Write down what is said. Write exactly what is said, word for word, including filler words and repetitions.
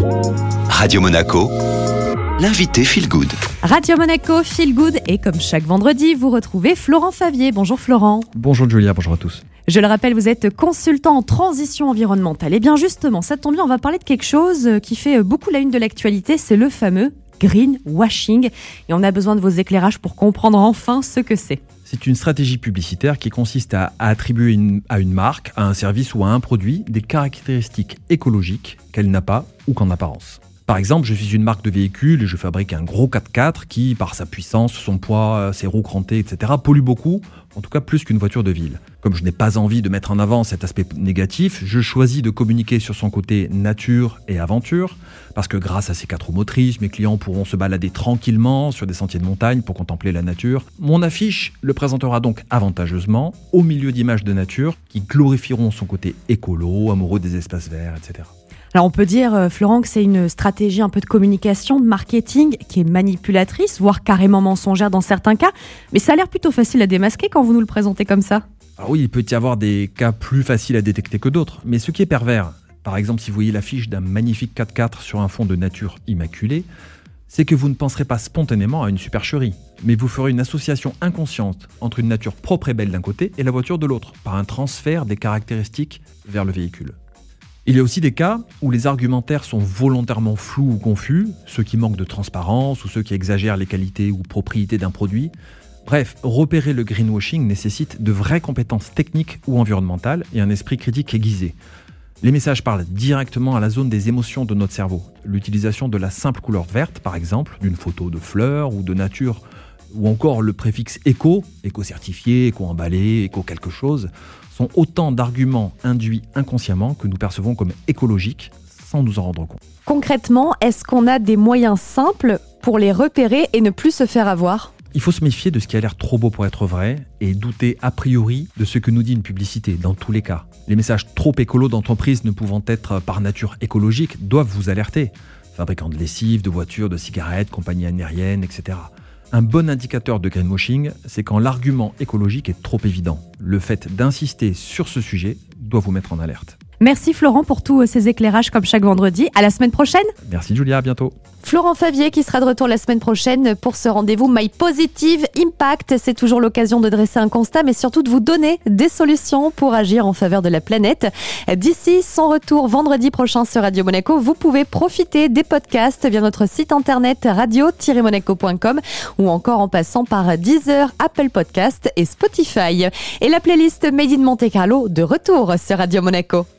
Radio Monaco, l'invité Feel Good. Radio Monaco, Feel Good, et comme chaque vendredi, vous retrouvez Florent Favier. Bonjour Florent. Bonjour Julia, bonjour à tous. Je le rappelle, vous êtes consultant en transition environnementale. Et bien justement, ça tombe bien, on va parler de quelque chose qui fait beaucoup la une de l'actualité, c'est le fameux greenwashing. Et on a besoin de vos éclairages pour comprendre enfin ce que c'est. C'est une stratégie publicitaire qui consiste à, à attribuer une, à une marque, à un service ou à un produit des caractéristiques écologiques qu'elle n'a pas ou qu'en apparence. Par exemple, je suis une marque de véhicule et je fabrique un gros quatre-quatre qui, par sa puissance, son poids, ses roues crantées, et cetera, pollue beaucoup, en tout cas plus qu'une voiture de ville. Comme je n'ai pas envie de mettre en avant cet aspect négatif, je choisis de communiquer sur son côté nature et aventure, parce que grâce à ces quatre roues motrices, mes clients pourront se balader tranquillement sur des sentiers de montagne pour contempler la nature. Mon affiche le présentera donc avantageusement au milieu d'images de nature qui glorifieront son côté écolo, amoureux des espaces verts, et cetera. Alors on peut dire, Florent, que c'est une stratégie un peu de communication, de marketing, qui est manipulatrice, voire carrément mensongère dans certains cas. Mais ça a l'air plutôt facile à démasquer quand vous nous le présentez comme ça. Alors oui, il peut y avoir des cas plus faciles à détecter que d'autres. Mais ce qui est pervers, par exemple si vous voyez l'affiche d'un magnifique quatre-quatre sur un fond de nature immaculé, c'est que vous ne penserez pas spontanément à une supercherie. Mais vous ferez une association inconsciente entre une nature propre et belle d'un côté et la voiture de l'autre, par un transfert des caractéristiques vers le véhicule. Il y a aussi des cas où les argumentaires sont volontairement flous ou confus, ceux qui manquent de transparence ou ceux qui exagèrent les qualités ou propriétés d'un produit. Bref, repérer le greenwashing nécessite de vraies compétences techniques ou environnementales et un esprit critique aiguisé. Les messages parlent directement à la zone des émotions de notre cerveau. L'utilisation de la simple couleur verte, par exemple, d'une photo de fleurs ou de nature, ou encore le préfixe éco, éco-certifié, éco-emballé, éco-quelque chose, sont autant d'arguments induits inconsciemment que nous percevons comme écologiques sans nous en rendre compte. Concrètement, est-ce qu'on a des moyens simples pour les repérer et ne plus se faire avoir ? Il faut se méfier de ce qui a l'air trop beau pour être vrai et douter a priori de ce que nous dit une publicité, dans tous les cas. Les messages trop écolos d'entreprises ne pouvant être par nature écologiques doivent vous alerter. Fabricants de lessive, de voitures, de cigarettes, compagnies aériennes, et cetera. Un bon indicateur de greenwashing, c'est quand l'argument écologique est trop évident. Le fait d'insister sur ce sujet doit vous mettre en alerte. Merci Florent pour tous ces éclairages comme chaque vendredi. À la semaine prochaine. Merci Julia, à bientôt. Florent Favier qui sera de retour la semaine prochaine pour ce rendez-vous My Positive Impact. C'est toujours l'occasion de dresser un constat, mais surtout de vous donner des solutions pour agir en faveur de la planète. D'ici son retour vendredi prochain sur Radio Monaco, vous pouvez profiter des podcasts via notre site internet radio tiret monaco point com ou encore en passant par Deezer, Apple Podcast et Spotify. Et la playlist Made in Monte Carlo de retour sur Radio Monaco.